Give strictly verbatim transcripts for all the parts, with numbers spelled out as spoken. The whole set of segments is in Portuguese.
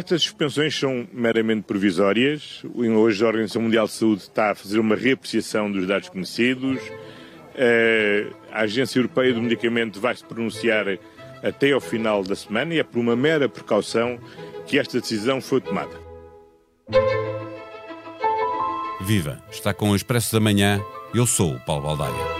Estas suspensões são meramente provisórias. Hoje a Organização Mundial de Saúde está a fazer uma reapreciação dos dados conhecidos. A Agência Europeia do Medicamento vai se pronunciar até ao final da semana e é por uma mera precaução que esta decisão foi tomada. Viva! Está com o Expresso da Manhã. Eu sou o Paulo Baldaia.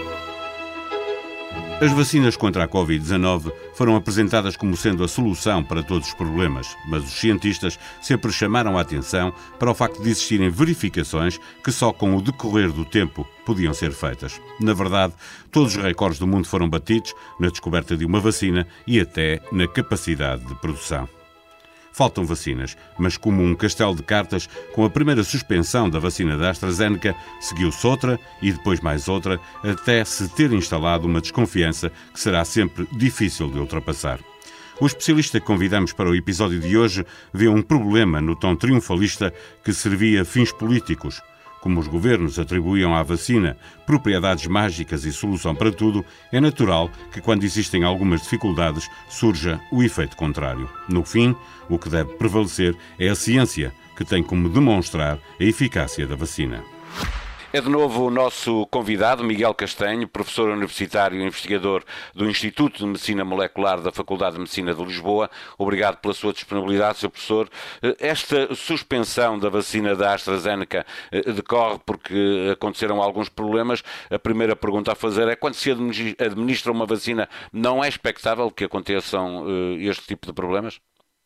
As vacinas contra a covid dezanove foram apresentadas como sendo a solução para todos os problemas, mas os cientistas sempre chamaram a atenção para o facto de existirem verificações que só com o decorrer do tempo podiam ser feitas. Na verdade, todos os recordes do mundo foram batidos na descoberta de uma vacina e até na capacidade de produção. Faltam vacinas, mas como um castelo de cartas, com a primeira suspensão da vacina da AstraZeneca, seguiu-se outra e depois mais outra, até se ter instalado uma desconfiança que será sempre difícil de ultrapassar. O especialista que convidamos para o episódio de hoje vê um problema no tom triunfalista que servia a fins políticos. Como os governos atribuíam à vacina propriedades mágicas e solução para tudo, é natural que, quando existem algumas dificuldades, surja o efeito contrário. No fim, o que deve prevalecer é a ciência, que tem como demonstrar a eficácia da vacina. É de novo o nosso convidado, Miguel Castanho, professor universitário e investigador do Instituto de Medicina Molecular da Faculdade de Medicina de Lisboa. Obrigado pela sua disponibilidade, senhor professor. Esta suspensão da vacina da AstraZeneca decorre porque aconteceram alguns problemas. A primeira pergunta a fazer é: quando se administra uma vacina, não é expectável que aconteçam este tipo de problemas?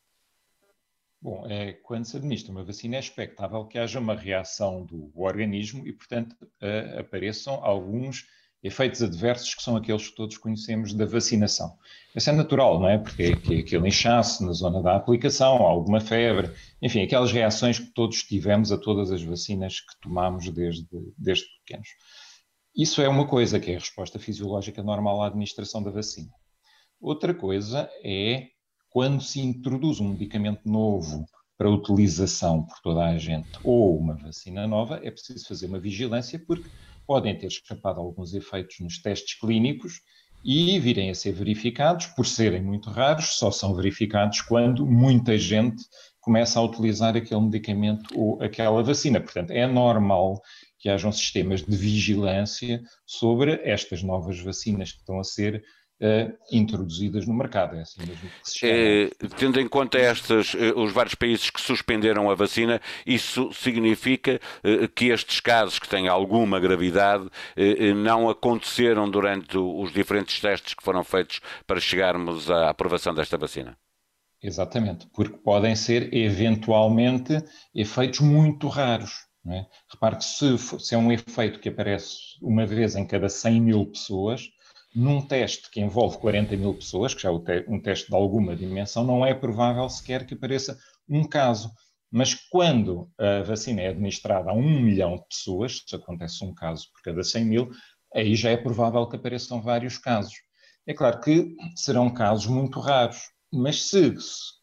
Bom, é, quando se administra uma vacina é expectável que haja uma reação do organismo e, portanto, uh, apareçam alguns efeitos adversos que são aqueles que todos conhecemos da vacinação. Isso é natural, não é? Porque é aquele inchaço na zona da aplicação, alguma febre, enfim, aquelas reações que todos tivemos a todas as vacinas que tomamos desde, desde pequenos. Isso é uma coisa, que é a resposta fisiológica normal à administração da vacina. Outra coisa é quando se introduz um medicamento novo para utilização por toda a gente ou uma vacina nova, é preciso fazer uma vigilância porque podem ter escapado alguns efeitos nos testes clínicos e virem a ser verificados, por serem muito raros, só são verificados quando muita gente começa a utilizar aquele medicamento ou aquela vacina. Portanto, é normal que hajam sistemas de vigilância sobre estas novas vacinas que estão a ser Uh, introduzidas no mercado, é assim mesmo que se chama. Eh, tendo em conta estes, eh, os vários países que suspenderam a vacina, isso significa eh, que estes casos que têm alguma gravidade eh, não aconteceram durante os diferentes testes que foram feitos para chegarmos à aprovação desta vacina? Exatamente, porque podem ser eventualmente efeitos muito raros. Não é? Repare que se, se é um efeito que aparece uma vez em cada cem mil pessoas, num teste que envolve quarenta mil pessoas, que já é um teste de alguma dimensão, não é provável sequer que apareça um caso. Mas quando a vacina é administrada a um milhão de pessoas, se acontece um caso por cada cem mil, aí já é provável que apareçam vários casos. É claro que serão casos muito raros, mas se,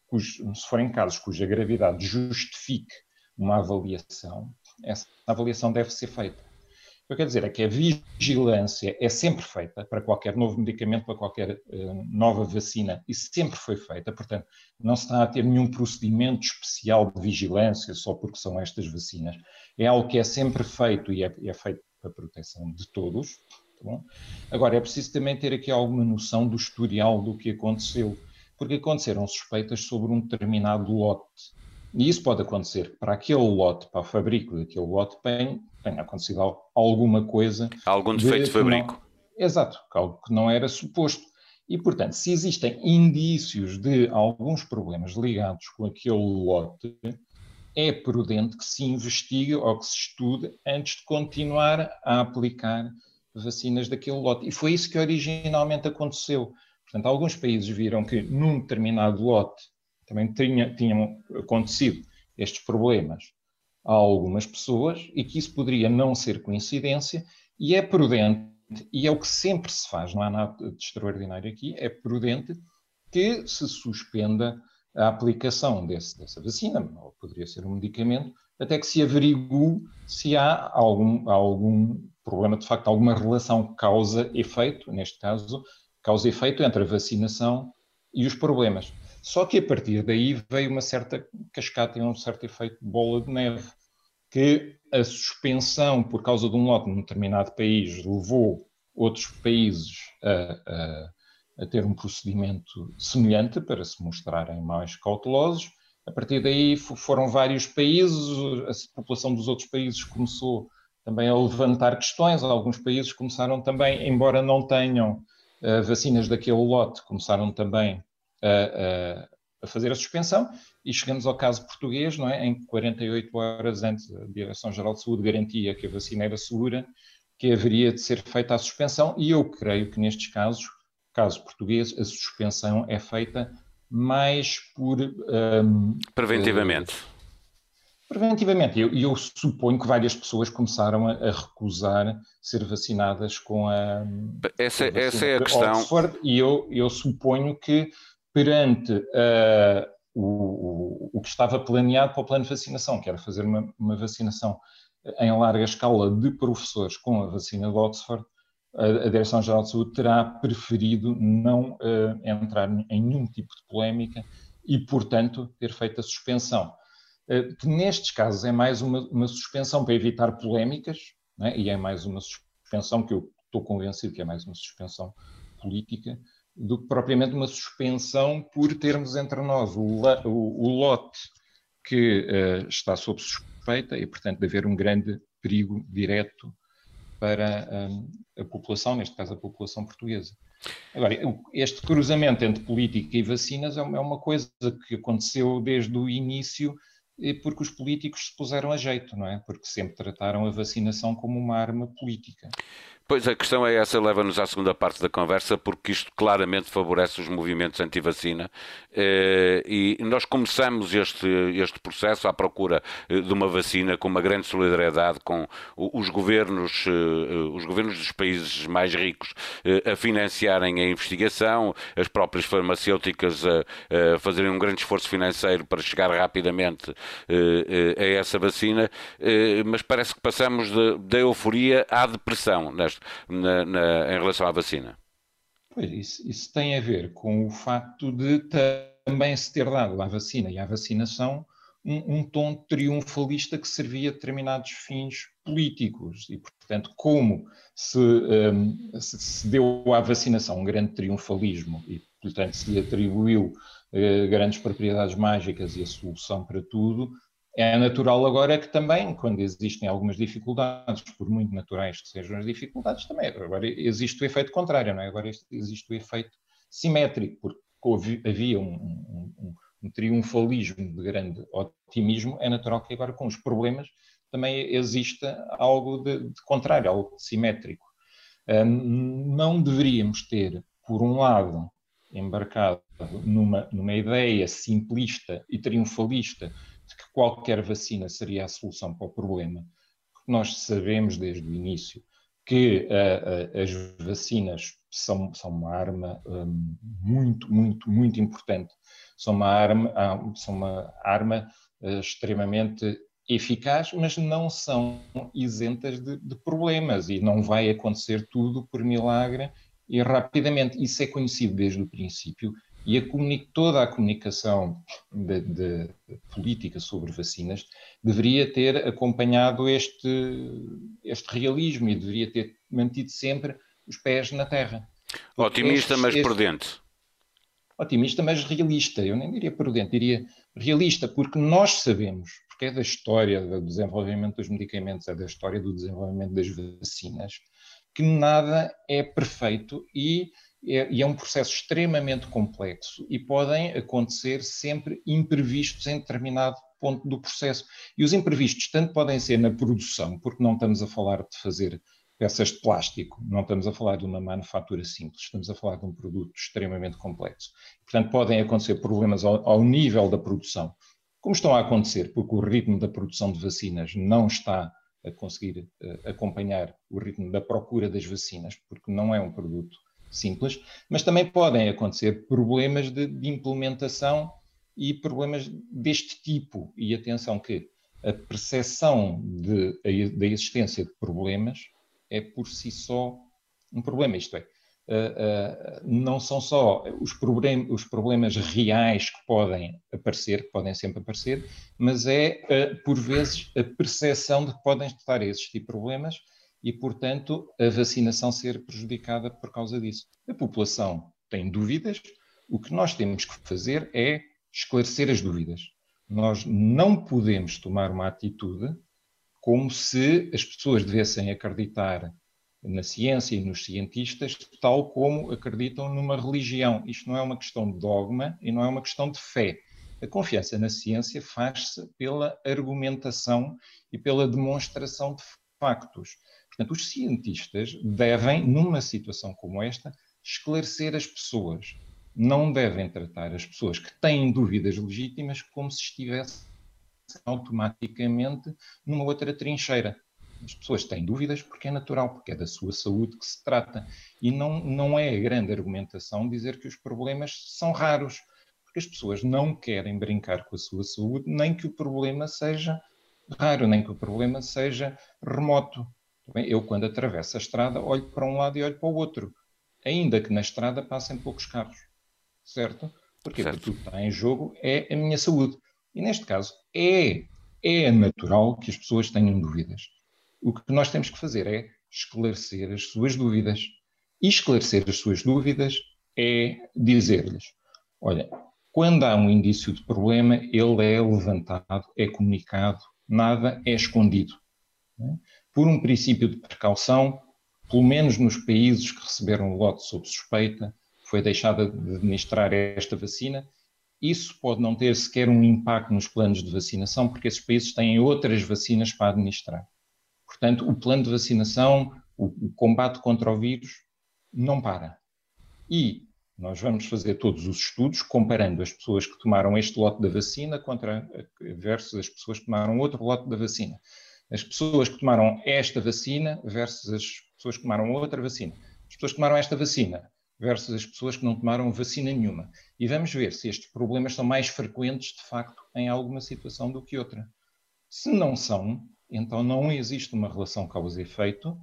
se forem casos cuja gravidade justifique uma avaliação, essa avaliação deve ser feita. O que eu quero dizer é que a vigilância é sempre feita para qualquer novo medicamento, para qualquer uh, nova vacina, e sempre foi feita. Portanto, não se está a ter nenhum procedimento especial de vigilância só porque são estas vacinas. É algo que é sempre feito e é, é feito para a proteção de todos. Tá bom? Agora, é preciso também ter aqui alguma noção do historial do que aconteceu, porque aconteceram suspeitas sobre um determinado lote. E isso pode acontecer para aquele lote, para o fabrico daquele lote, tem, tem acontecido alguma coisa... Algum defeito de fabrico. Não, exato, algo que não era suposto. E, portanto, se existem indícios de alguns problemas ligados com aquele lote, é prudente que se investigue ou que se estude antes de continuar a aplicar vacinas daquele lote. E foi isso que originalmente aconteceu. Portanto, alguns países viram que num determinado lote também tinha, tinham acontecido estes problemas a algumas pessoas e que isso poderia não ser coincidência, e é prudente, e é o que sempre se faz, não há nada de extraordinário aqui, é prudente que se suspenda a aplicação desse, dessa vacina, ou poderia ser um medicamento, até que se averigue se há algum, algum problema, de facto, alguma relação causa-efeito, neste caso, causa-efeito entre a vacinação e os problemas. Só que a partir daí veio uma certa cascata e um certo efeito de bola de neve, que a suspensão por causa de um lote num determinado país levou outros países a, a, a ter um procedimento semelhante para se mostrarem mais cautelosos. A partir daí foram vários países, a população dos outros países começou também a levantar questões, alguns países começaram também, embora não tenham uh, vacinas daquele lote, começaram também a, a, a fazer a suspensão, e chegamos ao caso português, não é? Em que quarenta e oito horas antes a Direção-Geral de Saúde garantia que a vacina era segura, que haveria de ser feita a suspensão, e eu creio que nestes casos, caso português, a suspensão é feita mais por... Um, preventivamente. Uh, preventivamente. E eu, eu suponho que várias pessoas começaram a, a recusar ser vacinadas com a, essa, com a essa é a questão. Oxford, e eu, eu suponho que perante uh, o, o, o que estava planeado para o plano de vacinação, que era fazer uma, uma vacinação em larga escala de professores com a vacina de Oxford, a Direção-Geral de Saúde terá preferido não uh, entrar em nenhum tipo de polémica e, portanto, ter feito a suspensão. Uh, que nestes casos é mais uma, uma suspensão para evitar polémicas, né? E é mais uma suspensão, que eu estou convencido que é mais uma suspensão política, do que propriamente uma suspensão por termos entre nós o, o, o lote que uh, está sob suspeita e, portanto, de haver um grande perigo direto para um, a população, neste caso a população portuguesa. Agora, este cruzamento entre política e vacinas é uma coisa que aconteceu desde o início, porque os políticos se puseram a jeito, não é? Porque sempre trataram a vacinação como uma arma política. Pois, a questão é essa, leva-nos à segunda parte da conversa, porque isto claramente favorece os movimentos anti-vacina, e nós começamos este, este processo à procura de uma vacina com uma grande solidariedade com os governos, os governos dos países mais ricos a financiarem a investigação, as próprias farmacêuticas a, a fazerem um grande esforço financeiro para chegar rapidamente a essa vacina, mas parece que passamos da euforia à depressão neste Na, na, em relação à vacina. Pois, isso, isso tem a ver com o facto de também se ter dado à vacina e à vacinação um, um tom triunfalista que servia a determinados fins políticos e, portanto, como se, um, se, se deu à vacinação um grande triunfalismo e, portanto, se lhe atribuiu uh, grandes propriedades mágicas e a solução para tudo, é natural agora que também, quando existem algumas dificuldades, por muito naturais que sejam as dificuldades, também agora existe o efeito contrário, não é? Agora existe o efeito simétrico, porque houve, havia um, um, um, um triunfalismo de grande otimismo, é natural que agora com os problemas também exista algo de, de contrário, algo de simétrico. Um, não deveríamos ter, por um lado, embarcado numa, numa ideia simplista e triunfalista de que qualquer vacina seria a solução para o problema, porque nós sabemos desde o início que uh, uh, as vacinas são, são uma arma um, muito, muito, muito importante, são uma arma, são uma arma uh, extremamente eficaz, mas não são isentas de, de problemas e não vai acontecer tudo por milagre e rapidamente. Isso é conhecido desde o princípio. E a toda a comunicação de, de, de política sobre vacinas deveria ter acompanhado este, este realismo e deveria ter mantido sempre os pés na terra. Otimista, este, mas este, prudente. Otimista, mas realista. Eu nem diria prudente, diria realista, porque nós sabemos, porque é da história do desenvolvimento dos medicamentos, é da história do desenvolvimento das vacinas, que nada é perfeito e É, e é um processo extremamente complexo e podem acontecer sempre imprevistos em determinado ponto do processo. E os imprevistos tanto podem ser na produção, porque não estamos a falar de fazer peças de plástico, não estamos a falar de uma manufatura simples, estamos a falar de um produto extremamente complexo. Portanto, podem acontecer problemas ao, ao nível da produção, como estão a acontecer, porque o ritmo da produção de vacinas não está a conseguir uh, acompanhar o ritmo da procura das vacinas, porque não é um produto simples, mas também podem acontecer problemas de, de implementação e problemas deste tipo. E atenção que a percepção de, a, da existência de problemas é por si só um problema. Isto é, uh, uh, não são só os, problem- os problemas reais que podem aparecer, que podem sempre aparecer, mas é, uh, por vezes, a percepção de que podem estar a existir problemas e, portanto, a vacinação ser prejudicada por causa disso. A população tem dúvidas, o que nós temos que fazer é esclarecer as dúvidas. Nós não podemos tomar uma atitude como se as pessoas devessem acreditar na ciência e nos cientistas, tal como acreditam numa religião. Isto não é uma questão de dogma e não é uma questão de fé. A confiança na ciência faz-se pela argumentação e pela demonstração de factos. Portanto, os cientistas devem, numa situação como esta, esclarecer as pessoas. Não devem tratar as pessoas que têm dúvidas legítimas como se estivessem automaticamente numa outra trincheira. As pessoas têm dúvidas porque é natural, porque é da sua saúde que se trata. E não, não é a grande argumentação dizer que os problemas são raros, porque as pessoas não querem brincar com a sua saúde, nem que o problema seja raro, nem que o problema seja remoto. Eu, quando atravesso a estrada, olho para um lado e olho para o outro, ainda que na estrada passem poucos carros. Certo? Porque certo. Porque tudo que está em jogo é a minha saúde. E neste caso é, é natural que as pessoas tenham dúvidas. O que nós temos que fazer é esclarecer as suas dúvidas. E esclarecer as suas dúvidas é dizer-lhes, olha, quando há um indício de problema, ele é levantado, é comunicado, nada é escondido. Por um princípio de precaução, pelo menos nos países que receberam o lote sob suspeita, foi deixada de administrar esta vacina. Isso pode não ter sequer um impacto nos planos de vacinação, porque esses países têm outras vacinas para administrar. Portanto, o plano de vacinação, o, o combate contra o vírus, não para. E nós vamos fazer todos os estudos, comparando as pessoas que tomaram este lote da vacina contra, versus as pessoas que tomaram outro lote da vacina. As pessoas que tomaram esta vacina versus as pessoas que tomaram outra vacina. As pessoas que tomaram esta vacina versus as pessoas que não tomaram vacina nenhuma. E vamos ver se estes problemas são mais frequentes, de facto, em alguma situação do que outra. Se não são, então não existe uma relação causa e efeito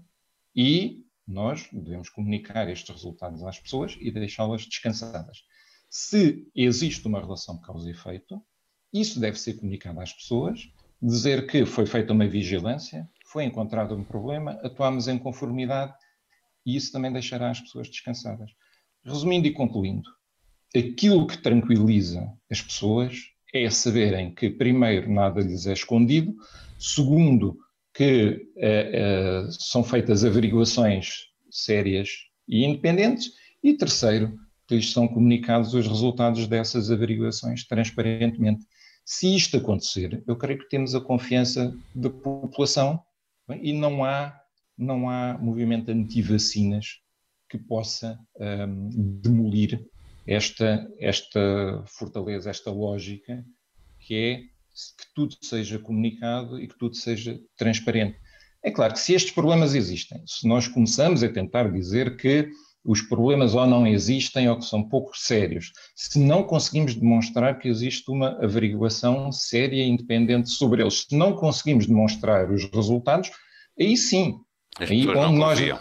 e nós devemos comunicar estes resultados às pessoas e deixá-las descansadas. Se existe uma relação causa e efeito, isso deve ser comunicado às pessoas, dizer que foi feita uma vigilância, foi encontrado um problema, atuámos em conformidade e isso também deixará as pessoas descansadas. Resumindo e concluindo, aquilo que tranquiliza as pessoas é saberem que, primeiro, nada lhes é escondido, segundo, que uh, uh, são feitas averiguações sérias e independentes, e terceiro, que lhes são comunicados os resultados dessas averiguações transparentemente. Se isto acontecer, eu creio que temos a confiança da população, bem, e não há, não há movimento anti-vacinas que possa um, demolir esta, esta fortaleza, esta lógica, que é que tudo seja comunicado e que tudo seja transparente. É claro que se estes problemas existem, se nós começamos a tentar dizer que os problemas ou não existem ou que são pouco sérios, se não conseguimos demonstrar que existe uma averiguação séria e independente sobre eles, se não conseguimos demonstrar os resultados, aí sim. As aí pessoas não nós, confiam.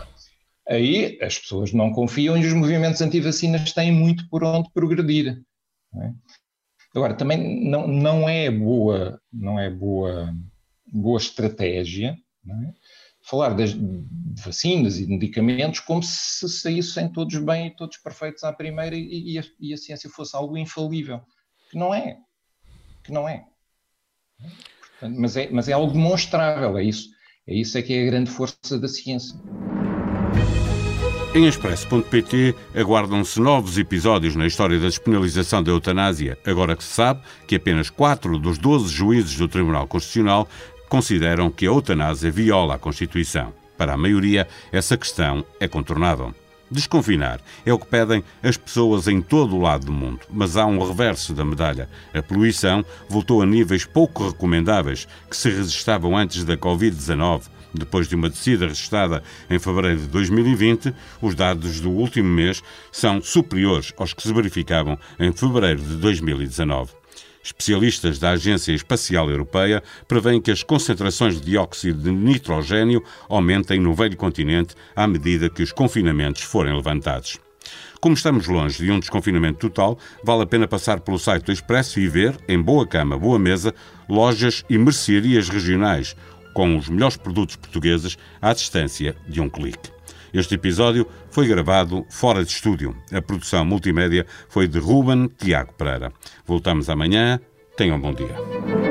Aí as pessoas não confiam e os movimentos anti-vacinas têm muito por onde progredir. Não é? Agora, também não, não é boa, não é boa, boa estratégia, não é? Falar das, de vacinas e de medicamentos como se saíssem todos bem e todos perfeitos à primeira e, e, a, e a ciência fosse algo infalível. Que não é. Que não é. Portanto, mas é. Mas é algo demonstrável, é isso. É isso é que é a grande força da ciência. Em expresso ponto pt aguardam-se novos episódios na história da despenalização da eutanásia, agora que se sabe que apenas quatro dos doze juízes do Tribunal Constitucional consideram que a eutanásia viola a Constituição. Para a maioria, essa questão é contornável. Desconfinar é o que pedem as pessoas em todo o lado do mundo. Mas há um reverso da medalha. A poluição voltou a níveis pouco recomendáveis que se registavam antes da covid dezanove. Depois de uma descida registrada em fevereiro de dois mil e vinte, os dados do último mês são superiores aos que se verificavam em fevereiro de dois mil e dezanove. Especialistas da Agência Espacial Europeia prevêem que as concentrações de dióxido de nitrogênio aumentem no velho continente à medida que os confinamentos forem levantados. Como estamos longe de um desconfinamento total, vale a pena passar pelo site do Expresso e ver, em boa cama, boa mesa, lojas e mercearias regionais, com os melhores produtos portugueses à distância de um clique. Este episódio foi gravado fora de estúdio. A produção multimédia foi de Ruben Tiago Pereira. Voltamos amanhã. Tenham um bom dia.